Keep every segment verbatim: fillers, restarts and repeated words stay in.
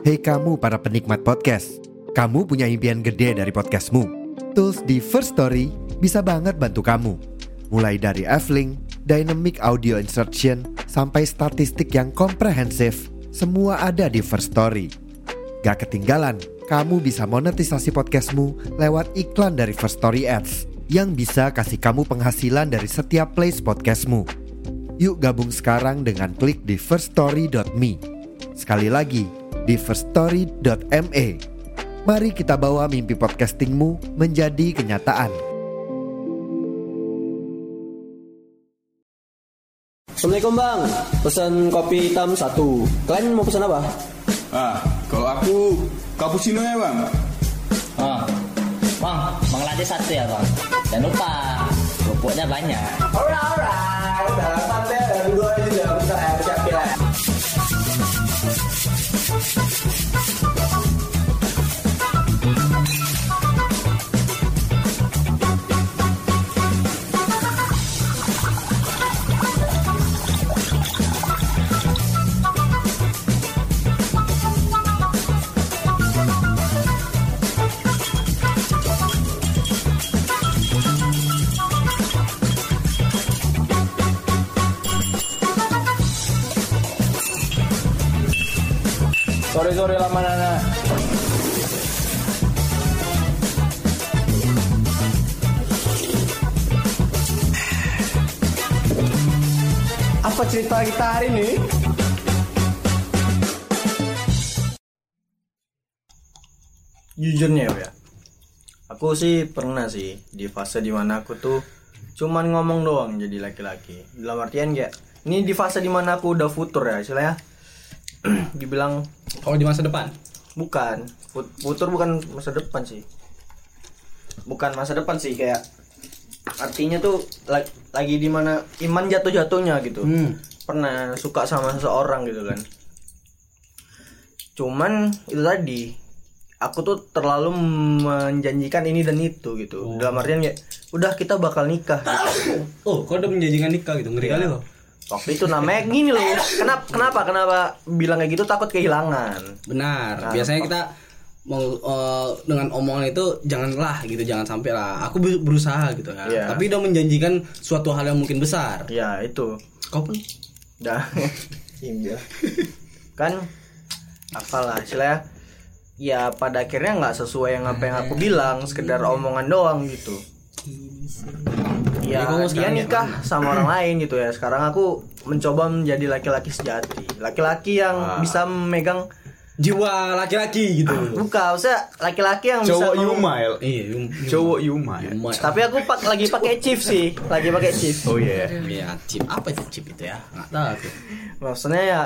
Hei kamu para penikmat podcast, kamu punya impian gede dari podcastmu. Tools di First Story bisa banget bantu kamu. Mulai dari F-Link, Dynamic Audio Insertion, sampai statistik yang komprehensif, semua ada di First Story. Gak ketinggalan, kamu bisa monetisasi podcastmu lewat iklan dari First Story Ads yang bisa kasih kamu penghasilan dari setiap plays podcastmu. Yuk gabung sekarang dengan klik di first story dot me. Sekali lagi, di first story dot me. Mari kita bawa mimpi podcastingmu menjadi kenyataan. Assalamualaikum bang, pesan kopi hitam satu. Kalian mau pesan apa? Ah, kalau aku cappuccino ya bang. Ah, bang, bang lade satu ya bang. Jangan lupa kerupuknya banyak. Alright, alright. Udah santai, ada dua aja sudah kita eh, siapin lah. Sore-sore lama nana. Apa cerita kita hari ini? Jujurnya ya, aku sih pernah sih di fase dimana aku tuh cuman ngomong doang jadi laki-laki. Dalam artian kayak ini di fase dimana aku udah futur ya istilahnya. Dibilang oh di masa depan? Bukan, futur bukan masa depan sih. Bukan masa depan sih, kayak artinya tuh lagi, lagi di mana iman jatuh-jatuhnya gitu. Hmm. Pernah suka sama seseorang gitu kan. Cuman itu tadi aku tuh terlalu menjanjikan ini dan itu gitu. Oh. Dalam artian kayak udah kita bakal nikah gitu. Oh, kau udah menjanjikan nikah gitu, ngeri kali loh. Waktu itu namanya gini loh. Kenapa kenapa kenapa bilang kayak gitu, takut kehilangan. Benar. Nah, biasanya kita mau uh, dengan omongan itu janganlah gitu, jangan sampai lah. Aku berusaha gitu kan. Yeah. Tapi udah menjanjikan suatu hal yang mungkin besar. Ya, itu. Kau pun dah. Iya. Kan apalah istilahnya. Ya pada akhirnya enggak sesuai yang apa yang aku bilang, sekedar omongan doang gitu. Ya, dia nikah ya, sama orang lain gitu ya. Sekarang aku mencoba menjadi laki-laki sejati, laki-laki yang ah. bisa memegang jiwa laki-laki gitu. Bukan, maksudnya laki-laki yang cowok bisa Yumail. Iya, yum, cowok Yumail. Tapi aku pak lagi pakai chip sih, lagi pakai chip. Oh iya. Yeah. Iya, chip apa itu chip itu ya? Enggak tahu tuh. Maksudnya ya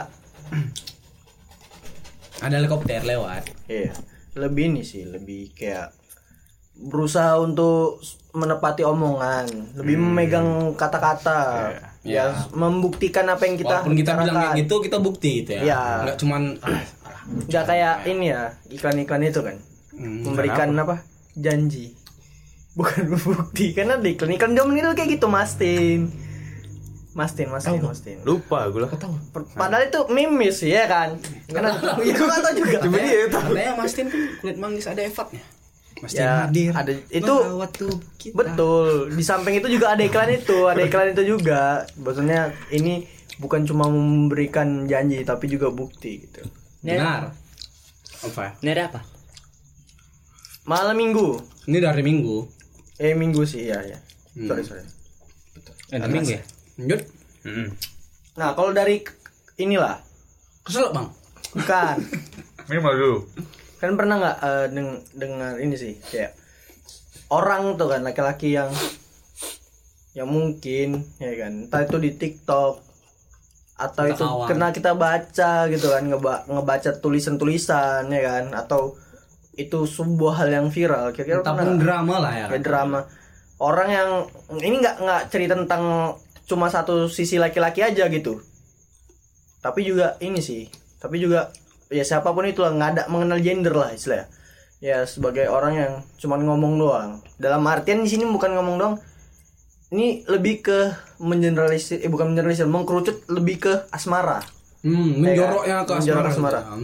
ada helikopter lewat. Iya. Lebih ini sih, lebih kayak berusaha untuk menepati omongan, lebih hmm. memegang kata-kata, yeah. ya yeah. membuktikan apa yang kita. Walaupun kita bilang kayak gitu, kita bukti itu ya. Yeah. Nggak cuman, nggak kayak ini ya iklan-iklan itu kan, hmm, memberikan apa? Janji, bukan bukti. Karena di iklan-iklan zaman itu kayak gitu, Mastin, Mastin, Mastin, oh, Mastin. Lupa gue lah. Padahal itu mimis ya kan? Karena ya gue nggak tahu juga. Cuma dia katanya Mastin kan kulit manggis ada efeknya. Mas ya, hadir. Ada itu betul. Di samping itu juga ada iklan itu, ada iklan itu juga. Maksudnya ini bukan cuma memberikan janji tapi juga bukti gitu. Benar. Apa? Ini ada apa? Malam Minggu. Ini dari Minggu. Eh Minggu sih ya ya. Hmm. Sorry sorry. Eh, dari Minggu ya. Lanjut. Hmm. Nah kalau dari inilah. Kesel bang. Bukan. Memang dulu. Kan pernah nggak uh, deng- dengar ini sih kayak orang tuh kan laki-laki yang yang mungkin ya kan entah itu di TikTok atau kita itu kawan. Kena kita baca gitu kan ngeba- ngebaca tulisan-tulisan ya kan atau itu sebuah hal yang viral kira-kira pernah drama lah ya kayak drama orang yang ini nggak nggak cerita tentang cuma satu sisi laki-laki aja gitu tapi juga ini sih tapi juga ya siapapun itu lah, nggak ada mengenal gender lah istilahnya. Ya sebagai orang yang cuma ngomong doang. Dalam artian di sini bukan ngomong doang. Ini lebih ke mengeneralisir, eh bukan mengeneralisir, mengkerucut lebih ke asmara. Hmm, menjoroknya ke asmara. asmara.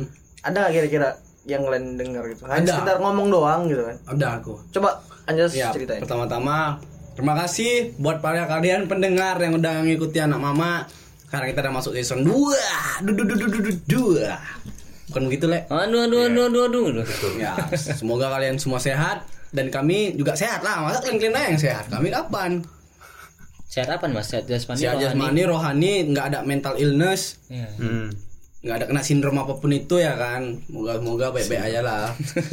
ada nggak kira-kira yang kalian dengar gitu? Hanya Ada. sekedar ngomong doang gitu kan? Ada aku. Coba Anjas Ya, ceritain. pertama-tama terima kasih buat para kalian pendengar yang udah ngikuti Anak Mama. Sekarang kita udah masuk season dua. dua. Bukan begitu, Le? Aduh aduh aduh aduh aduh. Ya, semoga kalian semua sehat dan kami juga sehat lah. Masa kalian kalian yang sehat? Kami kapan? Sehat apa nih Mas? Sehat jasmani. Sehat rohani? jasmani, rohani, nggak ada mental illness, Iya. Hmm. nggak ada kena sindrom apapun itu ya kan. Moga-moga baik-baik aja lah.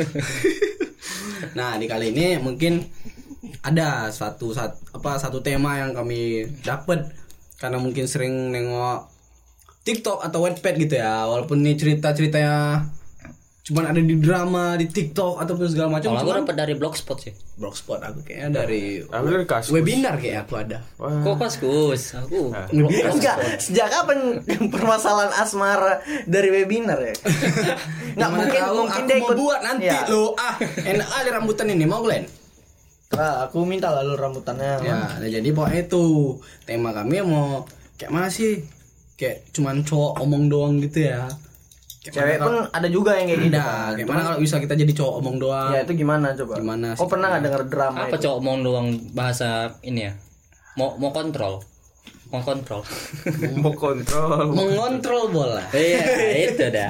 Nah, di kali ini mungkin ada satu sat, apa satu tema yang kami dapat karena mungkin sering nengok TikTok atau Wattpad gitu ya. Walaupun ini cerita-ceritanya cuman ada di drama, di TikTok ataupun segala macam. Kalau aku cuman dapat dari blogspot sih. blogspot aku kayaknya dari Aku dari Kaskus. webinar kayak aku ada. Kok Kaskus? Aku. Enggak, sejak kapan permasalahan asmara dari webinar ya? Nggak Mana mungkin, tahu, mungkin aku dia mau ikut buat nanti Ya. lo ah enak kali rambutan ini mau kalian? Nah, aku minta lalu rambutannya. Ya, nah jadi pokoknya itu tema kami mau kayak mana sih? Kayak cuman cowok omong doang gitu ya. Kayak Cewek mana pun kalau- ada juga yang kayak gitu. ada. kan. Kayak mana kalau bisa kita jadi cowok omong doang? Ya itu gimana coba? Gimana Kau pernah nggak denger drama Apa itu? cowok mau doang bahasa ini ya? Mau mau kontrol. Mau kontrol. Mau kontrol. mengontrol bola. Iya, itu dah.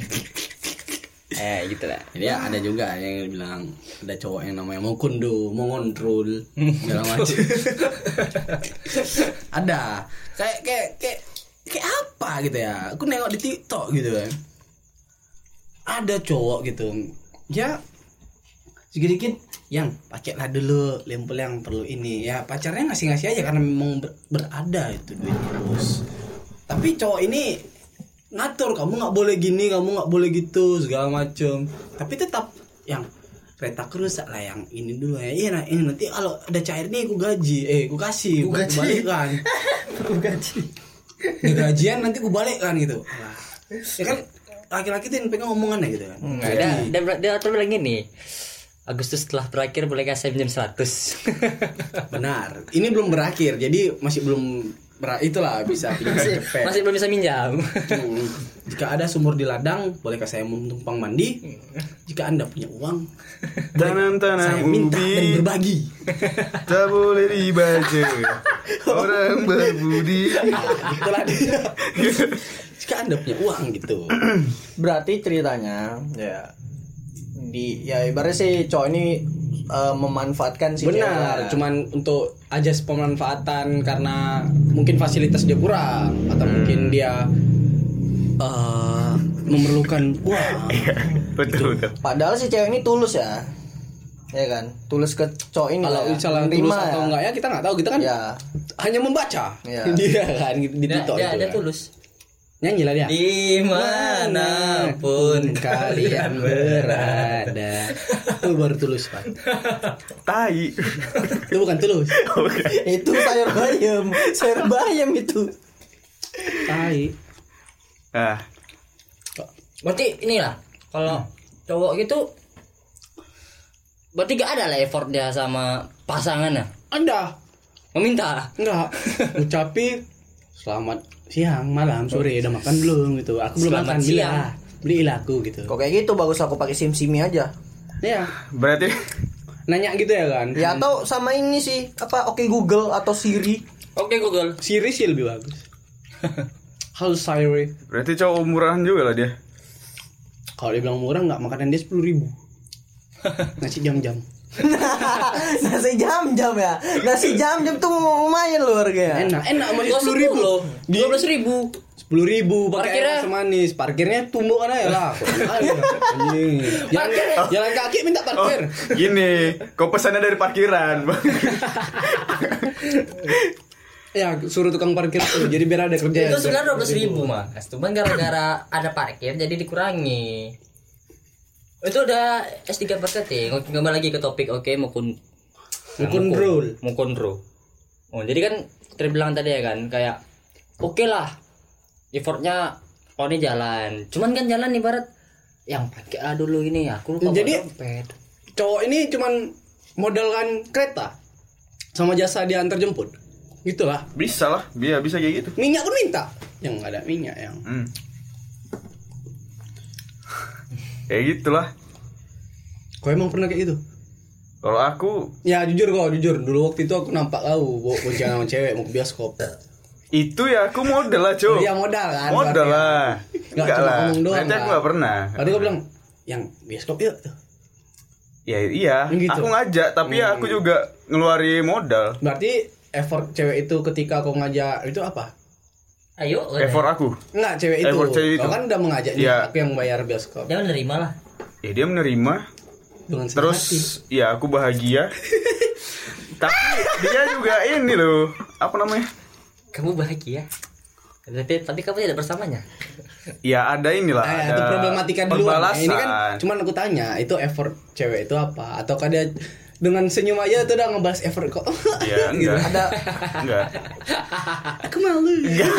Eh, gitu lah. Jadi ya, ada juga yang bilang ada cowok yang namanya mau kundo, mau ngontrol, segala macam. Ada. Kayak kayak kayak kayak apa gitu ya? Aku nengok di TikTok gitu kan. Ada cowok gitu. Ya sedikit yang pakailah dulu lempel yang perlu ini. Ya pacarnya ngasih-ngasih aja karena memang ber- berada itu duitnya bos. Tapi cowok ini ngatur kamu nggak boleh gini, kamu nggak boleh gitu segala macem. Tapi tetap yang kereta rusak lah yang ini dulu ya. Iya nah ini nanti kalau ada cair nih aku gaji, eh aku kasih, aku balikkan. Aku gaji. Di gajian nanti aku balikkan gitu. Wah. Ya kan laki-laki tuh yang pengen omongannya gitu kan. Enggak, dia dia dia dia bilang gini. Agustus setelah berakhir boleh kasih pinjam seratus. Benar. Ini belum berakhir, jadi masih belum ber- itulah bisa pinjam cepet. Masih belum bisa minjam. Hmm. Jika ada sumur di ladang, bolehkah saya menumpang mandi? Jika Anda punya uang, Tanam-tanam saya minta ubi dan berbagi. tak boleh dibaca. Orang berbudi. Itulah dia. Jika Anda punya uang gitu. Berarti ceritanya ya di ya ibaratnya sih cowok ini uh, memanfaatkan si cewek Benar, lah. cuman untuk ajas pemanfaatan karena mungkin fasilitas dia kurang atau mungkin dia uh, memerlukan uang. Betul betul. Padahal si cewek ini tulus ya. Ya kan? Tulus ke cowok ini Kalau lah ya. misalnya Menerima tulus ya. atau enggak ya kita nggak tahu, kita kan Ya. hanya membaca. Iya. Dia kan gitu di Dia TikTok dia, itu. dia kan. tulus. Nyanyi lah dia. Dimanapun kalian berada. Itu baru tulus, Pak. Tai. Itu bukan tulus. Itu sayur bayam. Sayur bayam itu. Tai. Ah, Berarti inilah kalau cowok gitu berarti gak ada lah effort dia sama pasangannya. Anda Meminta. enggak ucapin selamat siang, malam, sore, udah makan belum gitu. Aku belum Selamat makan, siang. belilah. Belilah aku gitu. Kok kayak gitu bagus aku pakai sim-simi aja. Ya, berarti nanya gitu ya kan. Ya atau sama ini sih apa Oke Google atau Siri. Oke Google. Siri sih lebih bagus. Halo Siri. berarti cowok murahan juga lah dia. Kalau dia bilang murah nggak, makanan dia sepuluh ribu. Nasi jam-jam. Nasi jam-jam ya. Nasi jam-jam tuh lumayan loh harganya. Enak, enak masih Oh, sepuluh ribu loh. Dua belas ribu. Sepuluh ribu pakai Parkirnya? air manis. Parkirnya tumbuk kan ya lah. Anjing. Jalan, jalan kaki minta parkir. Gini, kau pesannya dari parkiran. Ya suruh tukang parkir tuh. Jadi biar ada kerja. Itu sebenarnya dua belas ribu mas. Cuman gara-gara ada parkir jadi dikurangi. Itu udah S tiga marketing. Oke, kembali lagi ke topik. Oke, mau kun Mau kontrol. mau kontrol. Oh, jadi kan terbilang tadi ya kan kayak oke lah. Effortnya oh ini jalan. Cuman kan jalan ibarat yang pakai lah dulu ini ya. Aku lupa Jadi- bawa dompet. Cowok ini cuman modalkan kereta sama jasa diantar jemput. Gitulah. Bisa lah, dia bisa kayak gitu. Minyak pun minta. Yang nggak ada minyak yang. Hmm. Ya gitulah. Kau emang pernah kayak gitu? Kalau aku Ya jujur kok, jujur. Dulu waktu itu aku nampak kau bawa boncengan sama cewek mau ke bioskop. itu ya aku modal lah, Cuk. Iya modal kan. Modal berarti. lah. Nggak Enggak cuma lah. ngomong doang, Berarti aku kan? enggak pernah. Tadi kau bilang yang bioskop yuk tuh. Ya iya, Gitu. aku ngajak tapi ya aku juga ngeluarin modal. Berarti effort cewek itu ketika kau ngajak itu apa? Ayo. Effort aku. Enggak, cewek itu. Effort cewek itu. Kau kan udah mengajak nih, Iya. aku yang bayar bioskop. Dia menerima lah. Ya dia menerima. Dengan senang Terus hati. ya aku bahagia. Tapi dia juga ini loh, apa namanya? Kamu bahagia. Tapi, tapi kamu tidak bersamanya. Ya ada inilah, Nah, ada itu problematika dulu. Nah, pembalasan. ini kan cuman aku tanya, itu effort cewek itu apa? Ataukah dia dengan senyum aja tuh udah ngebahas effort kok? Ya enggak. Ada Enggak. Aku malu.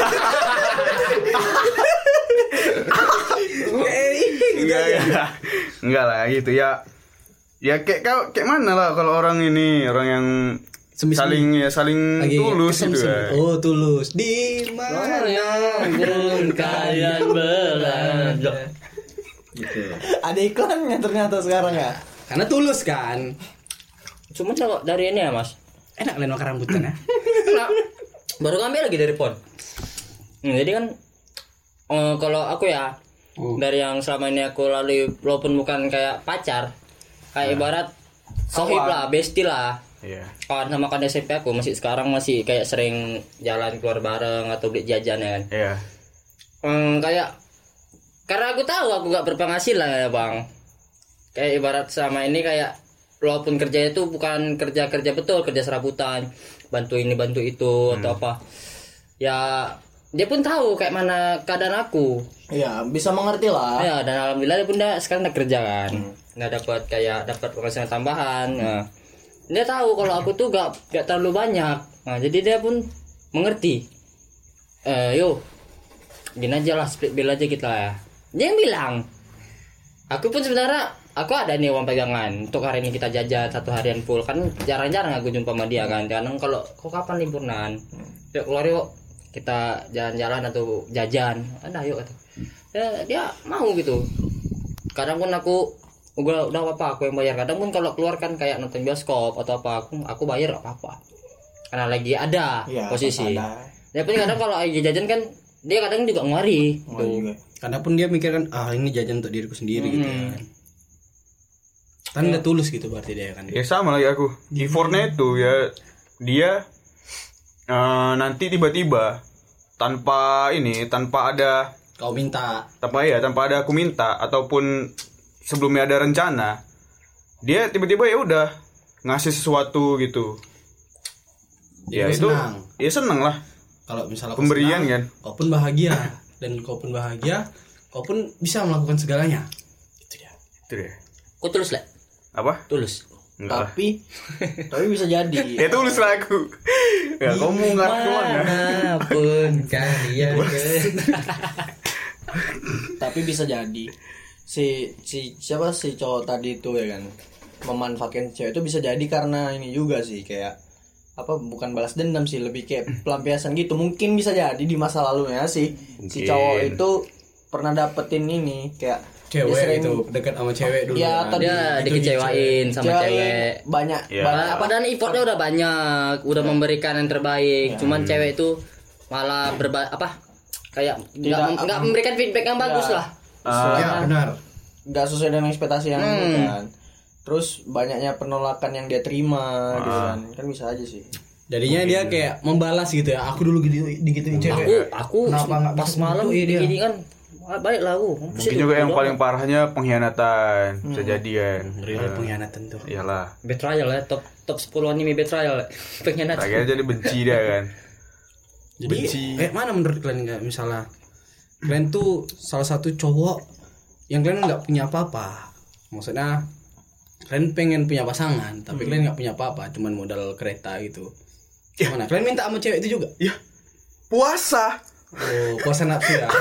Kayak ini gitu Enggak, aja. enggak. Enggak lah gitu ya. Ya kayak kau kayak mana lah kalau orang ini, orang yang Semi-semi. saling ya saling Lagi tulus gitu kesem-sem. ya. Oh, tulus. Di mana? Yang kalian belanja. gitu. Ada iklannya ternyata sekarang ya. Karena tulus kan. Cuma kalau dari ini ya mas. Enak lain makan rambutan ya. Nah, baru ngambil lagi dari pon. Hmm, jadi kan eh, kalau aku ya Oh. dari yang selama ini aku lalui, walaupun bukan kayak pacar, kayak ibarat sohib lah, bestie lah. Iya. Kawan sama kawan S M P aku masih sekarang masih kayak sering jalan keluar bareng atau beli jajan ya kan. Iya. Hmm, kayak karena aku tahu aku gak berpenghasilan ya bang. Kayak ibarat sama ini kayak walaupun kerjanya itu bukan kerja kerja betul, kerja serabutan, bantu ini bantu itu atau apa. Ya dia pun tahu kayak mana keadaan aku. Iya, bisa mengerti lah. Ya dan alhamdulillah dia pun udah sekarang udah kerja kan. Nggak dapat kayak dapat penghasilan tambahan. Nah, dia tahu kalau aku tuh gak gak terlalu banyak. Nah, jadi dia pun mengerti. Eh, yo. Gini aja lah, split bill aja kita ya. Dia yang bilang. Aku pun sebenarnya aku ada nih uang pegangan untuk hari ini kita jajan satu harian full kan jarang-jarang aku jumpa sama dia kan. Kadang kalau kok kapan liburan? Yuk keluar yuk kita jalan-jalan atau jajan. Ada yuk kata. Ya, dia mau gitu. Kadang pun aku udah udah apa aku yang bayar. Kadang pun kalau keluar kan kayak nonton bioskop atau apa aku aku bayar apa apa. Karena lagi ada Iya, posisi. ada. Ya pun kadang kalau lagi jajan kan dia kadang juga ngari. Oh, Tuh. juga. Karena pun dia mikirkan ah ini jajan untuk diriku sendiri gitu Hmm. kan. Kan udah tulus gitu berarti dia kan. Ya sama lagi aku. Effortnya itu ya dia eh, nanti tiba-tiba tanpa ini, tanpa ada Kau minta. tanpa ya, tanpa ada aku minta ataupun sebelumnya ada rencana, dia tiba-tiba ya udah ngasih sesuatu gitu. Ya, Dia itu senang. ya seneng lah. Kalau misalnya kau Pemberian senang, kan. kau pun bahagia dan kau pun bahagia, kau pun bisa melakukan segalanya. Itu dia. Itu deh. Kok tulus lah? Apa? Tulus. Enggak lah. Tapi tapi bisa jadi. Ya tulus lah aku. Ya kamu nggak kemana? Manapun kalian. Tapi bisa jadi si si siapa si cowok tadi itu ya kan memanfaatkan cewek itu bisa jadi karena ini juga sih kayak apa bukan balas dendam sih lebih kayak pelampiasan gitu mungkin bisa jadi di masa lalunya sih si Mungkin. cowok itu pernah dapetin ini kayak dia Cewek sering- itu dekat sama cewek dulu. Iya, kan. tadi Dia Itu dikecewain gitu. sama cewek cewek. banyak Ya. banyak Apa dan effortnya udah banyak, udah memberikan yang terbaik. Cuman cewek itu malah berba apa? Kayak nggak Tidak, mem- nggak um, memberikan feedback yang bagus ya. lah. Ya benar. nggak sesuai dengan ekspektasi yang Hmm. itu kan terus banyaknya penolakan yang dia terima gitu kan kan bisa aja sih. Jadinya dia kayak membalas gitu ya. Aku dulu gitu digituin cewek. Aku aku Kenapa nggak pas bisa malam gitu, iya. ini kan ah, baik lah aku. Mungkin juga yang paling parahnya pengkhianatan bisa jadi kan. Real pengkhianatan tuh. Iyalah. betrayal ya top top sepuluh anime betrayal. Pengkhianat. Akhirnya jadi benci dia kan. Jadi kayak mana menurut kalian nggak misalnya kalian tuh salah satu cowok yang kalian nggak punya apa-apa. Maksudnya kalian pengen punya pasangan tapi kalian nggak punya apa-apa, cuman modal kereta gitu. Gimana? Kalian minta sama cewek itu juga? Ya. Puasa. Oh, puasa nafsu ya.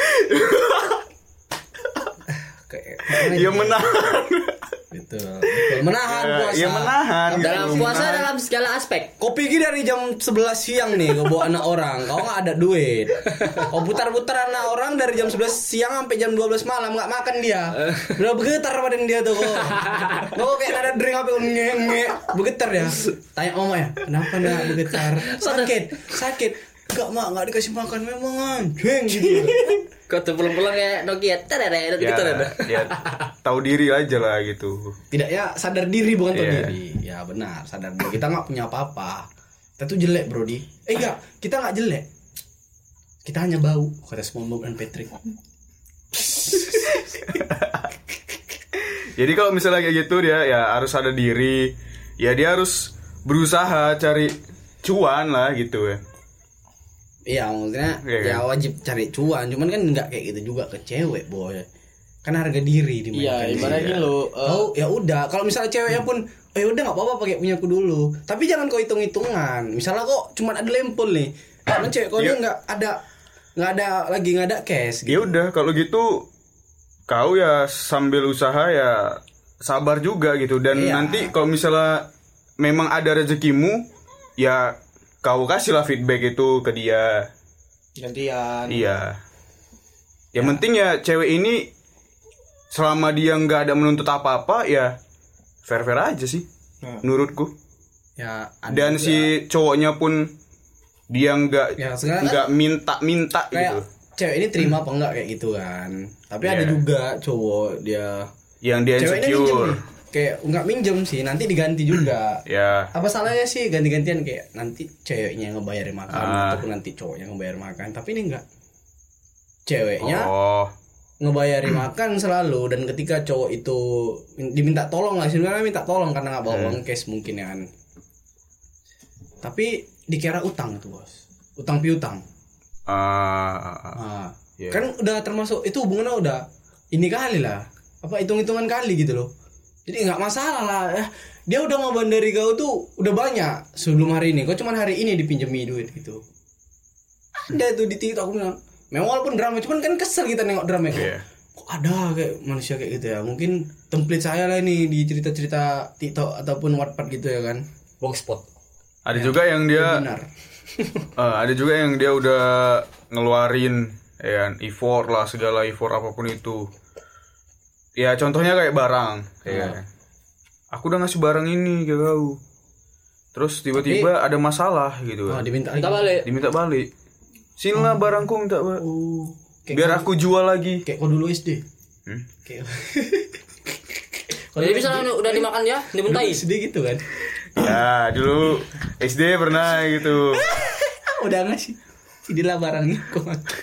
Kayak Ya menahan. betul. Betul Menahan Ya, puasa. ya menahan gitu. Dalam puasa Menahan. dalam segala aspek. Kau pergi dari jam sebelas siang nih kau bawa anak orang, kau nggak ada duit. Kau putar-putar anak orang dari jam sebelas siang sampai jam dua belas malam nggak makan dia. Udah bergetar badan dia tuh kau. Kau kayak ada drink apa nge bergetar ya. Tanya mama ya, kenapa nak bergetar? Sakit, sakit. Enggak mak, nggak dikasih makan memang anjing gitu. Kau tuh pulang-pulang kayak Nokia, tadadadad Ya, gitu ada. ya tahu diri aja lah gitu. Tidak ya sadar diri bukan tahu Iya. diri. Ya benar, sadar diri. Kita nggak punya apa-apa. Kita tuh jelek, Brodi. Eh enggak, kita nggak jelek. Kita hanya bau, kata SpongeBob dan Patrick. Jadi kalau misalnya kayak gitu dia ya harus sadar diri. Ya dia harus berusaha cari cuan lah gitu ya. Iya, maksudnya Iya, ya kan? wajib cari cuan. Cuman kan nggak kayak gitu juga ke cewek, boy. Kan harga diri dimainkan. Iya, ibaratnya gini lo. Oh, ya udah. Kalau misalnya ceweknya pun, oh ya udah nggak apa-apa pakai punyaku dulu. Tapi jangan kau hitung-hitungan. Misalnya kok cuma ada lempol nih. Karena cewek kau Iya. ini nggak ada nggak ada lagi nggak ada cash. Ya udah kalau gitu kau ya sambil usaha ya sabar juga gitu dan Iya. nanti kalau misalnya memang ada rezekimu ya kau kasihlah feedback itu ke dia. Gantian. Iya. Yang penting ya cewek ini selama dia nggak ada menuntut apa-apa ya fair-fair aja sih Hmm. menurutku. Ya, ada Dan juga. si cowoknya pun dia nggak Ya, sekarang kan nggak minta-minta kayak gitu. cewek ini terima apa enggak kayak gitu kan. Tapi ada Iya. juga cowok dia Yang dia ceweknya minjem insecure. nih. Kayak nggak minjem sih, nanti diganti juga. Ya. Apa salahnya sih ganti-gantian kayak nanti ceweknya yang ngebayarin makan Ah. ataupun nanti cowoknya ngebayar makan. Tapi ini enggak. Ceweknya Oh. ngebayarin makan selalu dan ketika cowok itu diminta tolong lah sebenarnya minta tolong karena nggak bawa Hmm. uang cash mungkin ya kan. Tapi dikira utang itu, Bos. Utang piutang. Ah. Nah, Iya. kan udah termasuk itu hubungannya udah ini kali lah. Apa hitung-hitungan kali gitu loh. Jadi nggak masalah lah. Eh, dia udah ngoban dari kau tuh udah banyak sebelum hari ini. Kau cuma hari ini dipinjemi duit gitu. Ada tuh di TikTok aku bilang. Memang walaupun drama, cuman kan kesel kita nengok drama kok. Iya. Kok ada kayak manusia kayak gitu ya? Mungkin template saya lah ini di cerita-cerita TikTok ataupun Wattpad gitu ya kan. Blogspot. Ada juga yang dia Benar. eh, ada juga yang dia udah ngeluarin ya effort lah segala effort apapun itu. Ya contohnya kayak barang kayak aku udah ngasih barang ini ke kau. Terus tiba-tiba ada masalah gitu. Oh, diminta Kita lagi. balik. Diminta balik. Sinilah barangku minta balik. Oh, kayak Biar kau- aku jual lagi. kayak kau dulu S D. Hmm? Kayak Jadi misalnya udah dimakan ya, dimintai. S D gitu kan. Ya dulu S D pernah gitu. Udah ngasih. Inilah barangnya kok.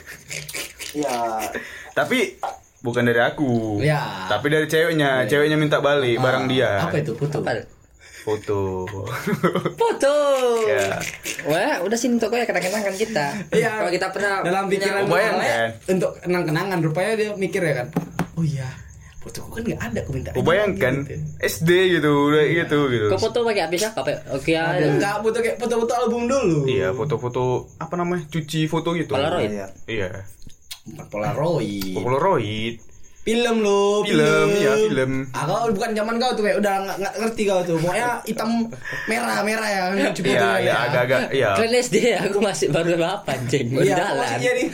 Ya, Tapi bukan dari aku. Ya. Tapi dari ceweknya. Ceweknya minta balik barang dia. Apa itu? Foto. Apa? Foto. Foto. Ya. Wah, udah sini untuk ya kenang-kenangan kita. Iya. Kalau kita pernah Dalam pikiran Oh, bayang, awalnya, kan? untuk kenang-kenangan rupanya dia mikir ya kan. Oh iya. Fotoku kan enggak ada aku minta. Aku aja bayangkan gitu. S D gitu udah gitu gitu. Kau foto pakai apa sih? Pakai Oke Ada ada. enggak foto kayak foto-foto album dulu. Iya foto-foto apa namanya cuci foto gitu. Polaroid. iya. Iya. Bukan Polaroid. Polaroid. Film lo, Film, iya, film. Ah, kau bukan zaman kau tuh kayak udah nggak nggak ngerti kau tuh. Pokoknya hitam merah merah ya, cuci Iya foto iya ya. agak-agak iya. Keren S D aku masih baru apa anjing baru Iya, jalan. masih jadi.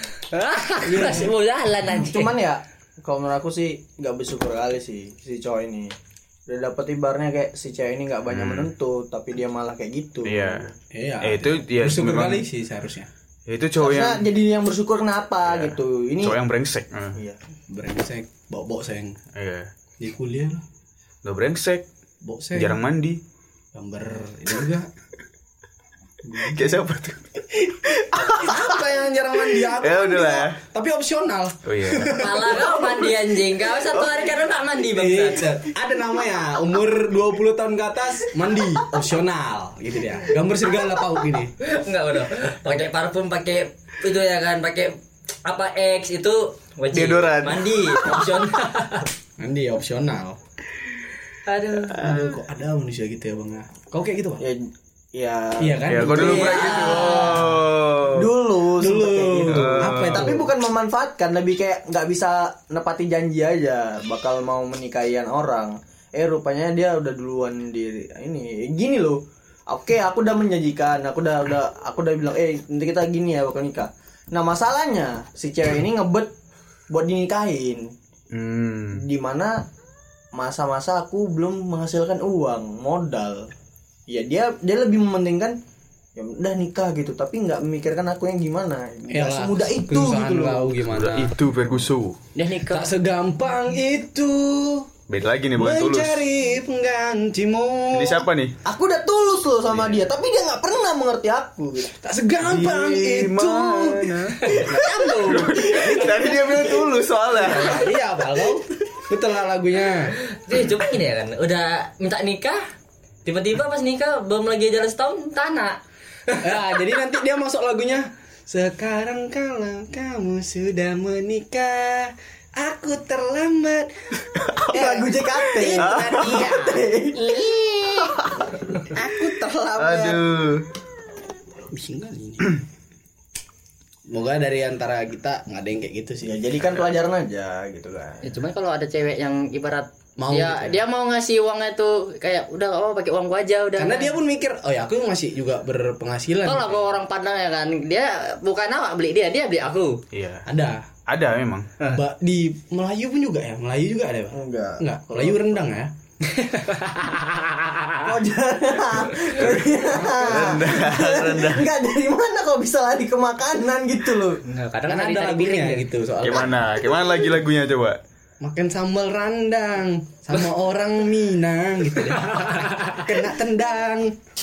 Masih mau jalan anjing. Cuman ya, kalau menurut aku sih nggak bersyukur kali sih si cowok ini. Udah dapet ibarnya kayak si cewek ini nggak banyak menuntut, tapi dia malah kayak gitu. Iya. Iya. Eh, itu ya bersyukur memang- kali sih seharusnya. Itu cowok yang Karena jadi yang bersyukur kenapa gitu. Ini cowok yang brengsek. Eh, iya. Brengsek, bawa-bawa sayang. Iya. Di kuliah lah, Udah brengsek, bawa sayang. jarang mandi. Gambar ini juga. Kayak siapa tuh? Apa yang jarang mandi aku? Ya mandi udahlah kok. ya. Tapi opsional. Oh iya. Malah kau mandi anjing. Kau satu hari karena tak mandi bangsat. Iya, ada namanya umur dua puluh tahun ke atas mandi opsional gitu dia. Gambar serigala pauk gini. Enggak udah. Pakai parfum, pakai itu ya kan, pakai apa X itu wajib. Deodoran. Mandi opsional. Mandi opsional. Aduh. Aduh, kok ada manusia gitu ya, Bang? Kau kayak gitu, Bang? Ya, ya Iya kan? Ya kok dulu Iya. pernah gitu. Oh. dulu Dulu. sempet kayak gitu. Apa itu? Tapi bukan memanfaatkan, lebih kayak nggak bisa nepati janji aja bakal mau menikahian orang. eh rupanya dia udah duluan di ini gini loh. Oke, aku udah menjanjikan, aku udah udah aku udah bilang eh nanti kita gini ya bakal nikah. Nah masalahnya si cewek ini ngebet buat dinikahin. Hmm. Dimana masa-masa aku belum menghasilkan uang modal. Ya dia dia lebih mementingkan ya udah nikah gitu, tapi nggak memikirkan aku yang gimana. Nggak semudah itu gitu loh. Gimana? Udah itu Ferguson. Dia nikah. Tak segampang itu. Beda lagi nih bukan tulus. Mencari penggantimu. Ini siapa nih? Aku udah tulus loh sama dia, tapi dia nggak pernah mengerti aku. Gitu. Tak segampang itu. Tadi dia bilang tulus soalnya. Iya, Balo. Betul lah lagunya. Eh, coba gini ya kan, udah minta nikah, tiba-tiba pas nikah belum lagi jalan setahun tanah. Nah, jadi nanti dia masuk lagunya. Sekarang kalau kamu sudah menikah, aku terlambat. Lagu J K T. Iya. Aku terlambat. Aduh. Bising kali ini. Semoga dari antara kita nggak ada yang kayak gitu sih. Ya jadikan pelajaran aja gitu kan. Ya, cuman kalau ada cewek yang ibarat Mau dia gitu ya? dia mau ngasih uangnya tuh kayak udah oh pakai uang gua aja udah. Karena dia pun mikir, oh ya aku masih juga berpenghasilan. kalau aku orang Padang ya kan, dia bukan awak beli dia, dia beli aku. Iya. Ada. Ada memang. Mbak di Melayu pun juga ya, Melayu juga ada, Pak. Enggak. Enggak, Melayu rendang ya. Oh jangan. Rendah. Enggak, dari mana kok bisa lari ke makanan gitu loh. Nah, kadang Karena tadi ada tadi lagunya piring gitu soal Gimana? Gimana lagi lagunya coba? makan sambal randang sama orang Minang gitu deh. Kena tendang.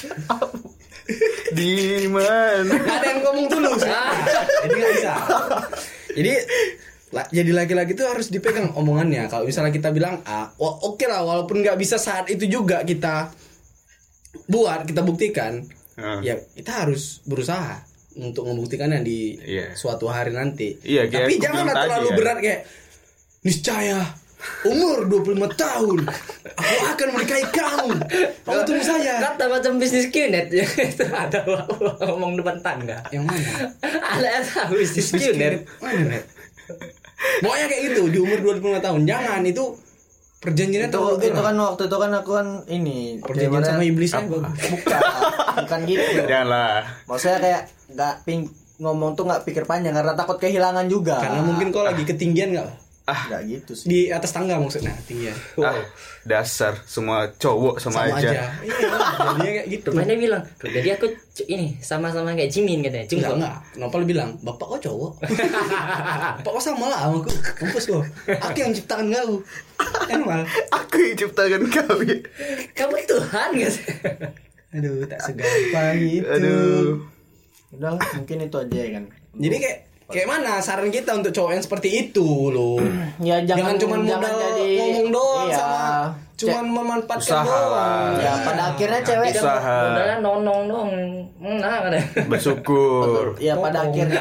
Di mana? Gak ada yang ngomong tulus. Jadi gak bisa. Jadi la- jadi laki-laki itu harus dipegang omongannya. Kalau misalnya kita bilang A, wah, oke okay lah, walaupun nggak bisa saat itu juga kita buat, kita buktikan, Hmm. ya kita harus berusaha untuk membuktikannya di Iya. suatu hari nanti. Iya, kayak Tapi aku janganlah bilang terlalu tadi ya. berat kayak niscaya umur dua puluh lima tahun aku akan menikahi kamu. Kamu tunggu saya. Kata macam bisnis Qnet ya. Itu ada ngomong depan tangga. Yang mana? Ada tahu bisnis Qnet. Mana, Net? Pokoknya kayak gitu di umur dua puluh lima tahun. Jangan itu perjanjiannya Itu terlalu itu berat. kan waktu itu kan aku kan ini Perjanjian kayak sama mana- iblis kan bukan bukan gitu. Janganlah. Maksudnya kayak nggak ping ngomong tuh nggak pikir panjang karena takut kehilangan juga. Karena mungkin kau lagi ketinggian nggak? nggak gitu sih. Di atas tangga maksudnya tinggian. Ah, dasar semua cowok sama, Sama aja. aja. Iya, jadinya kayak gitu. Rupanya dia bilang, "Tuh, jadi aku c- ini sama-sama kayak Jimin katanya." Enggak, Jungkook. enggak. Kenapa lu bilang, bapak kok cowok? Bapak kok sama lah sama aku. Kampus kok. Aku yang ciptakan kau. Emang. Aku yang ciptakan kau. Ya. Kamu Tuhan guys. Aduh, tak segampang itu. Aduh. Udah lah, mungkin itu aja ya kan. Jadi kayak kayak mana saran kita untuk cowok yang seperti itu loh? Ya Jangan, jangan, cuman jangan modal jadi ngomong doang iya. sama cuman memanfaatkan Usaha doang. lah. Ya pada akhirnya cewek Usaha. Udahlah nonong dong. Nah, katanya. Bersyukur. ya pada Potong. akhirnya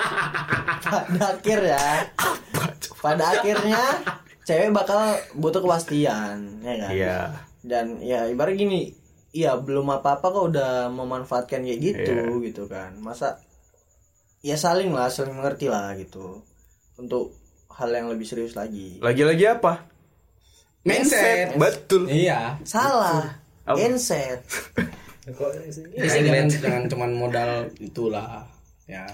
pada akhirnya pada akhirnya cewek bakal butuh kepastian ya kan. Iya. Dan ya ibarat gini, iya belum apa-apa kok udah memanfaatkan kayak gitu Iya. gitu kan. Masa ya saling lah, saling mengerti lah gitu. Untuk hal yang lebih serius lagi. Lagi-lagi apa? Mindset. Betul. Iya. Salah. Apa? Genset. Ya, jangan, jangan cuman modal itulah ya.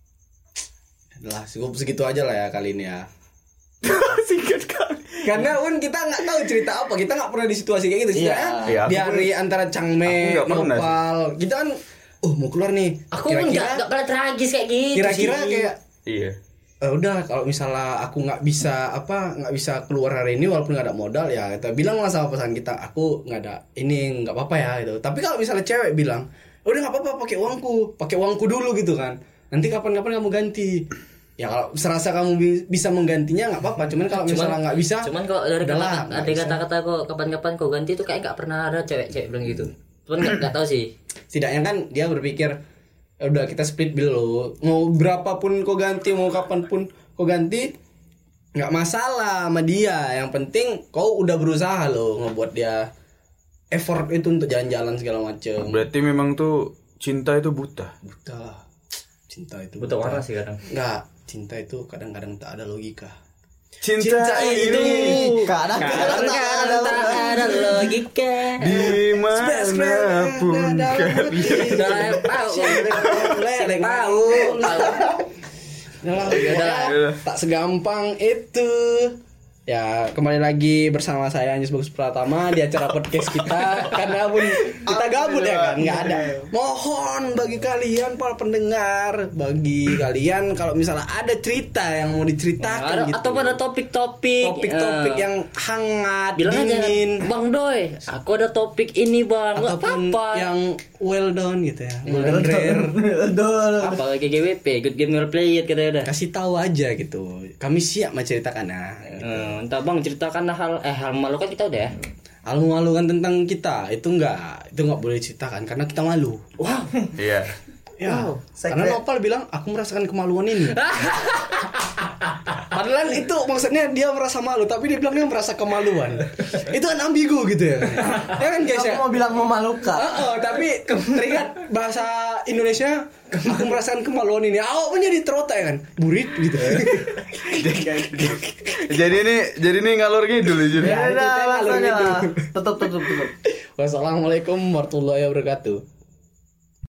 Adalah cukup segitu aja lah ya kali ini ya. Singkat kali. Karena kan kita nggak tahu cerita apa, kita nggak pernah di situasi kayak gitu sih. Iya. Ya. Iya, aku Di hari antara aku Changme, nggak pernah Nopal, kita kan, oh mau keluar nih. Aku pun enggak enggak pernah tragis kayak gitu. Kira-kira sih. kayak, Iya. eh, udah kalau misalnya aku nggak bisa apa nggak bisa keluar hari ini walaupun nggak ada modal ya kita bilang lah sama pesan kita, aku nggak ada ini nggak apa-apa ya gitu. Tapi kalau misalnya cewek bilang, udah nggak apa-apa pakai uangku, pakai uangku dulu gitu kan. Nanti kapan-kapan kamu ganti. Ya kalau serasa kamu bi- bisa menggantinya nggak apa-apa. Cuman kalau misalnya nggak bisa, Cuman kok dari udahlah, kata, nggak ada bisa. kata-kata kok kapan-kapan kau ganti itu kayak nggak pernah ada cewek-cewek bilang gitu. Cuman nggak nggak tahu sih. Setidaknya kan dia berpikir, "Ya udah kita split bill lo. Mau berapapun kau ganti, mau kapanpun kau ganti, nggak masalah sama dia. Yang penting kau udah berusaha lo ngebuat dia effort itu untuk jalan-jalan segala macem." Berarti memang tuh cinta itu buta. Buta lah. Cinta itu Butuh warna sih kadang. Nggak, cinta itu kadang-kadang tak ada logika. Cinta, Cinta ini itu Kadang Karena tak ada logika. dimanapun kalian. Udah tahu, Lelek tahu. Udah, tak segampang itu. Ya, kembali lagi bersama saya Anjus Bagus Pratama di acara podcast kita. Karena pun kita gabut ya kan, nggak ada. Mohon bagi kalian para pendengar, bagi kalian kalau misalnya ada cerita yang mau diceritakan Ada, gitu, atau pada topik-topik topik-topik eh, yang hangat, bilang aja dingin, Bang Doi, aku ada topik ini bang, nggak ataupun apa-apa. yang well done gitu ya, well done rare. Apa kayak G W P, good game well played kita udah. Kasih tahu aja gitu. Kami siap menceritakan nah. Hmm, entah bang ceritakan hal eh hal malu kan kita udah ya. Hal malukan tentang kita itu enggak, itu enggak boleh ceritakan karena kita malu. Wow. Iya. Ya, Saya karena kira- Nopal bilang aku merasakan kemaluan ini. Padahal itu maksudnya dia merasa malu, tapi dia bilangnya merasa kemaluan. Itu kan ambigu gitu ya. Ya kan guys ya. Aku mau bilang memalukan. Oh, oh, tapi ke- teringat bahasa Indonesia aku merasakan kemaluan ini. Awak punya di terotak kan, burit gitu. Jadi ini jadi ini ngalor ngidul aja. Ya itu udah, teh langsung ngalur aja gitu. lah. Tutup tutup tutup. Wassalamualaikum warahmatullahi wabarakatuh.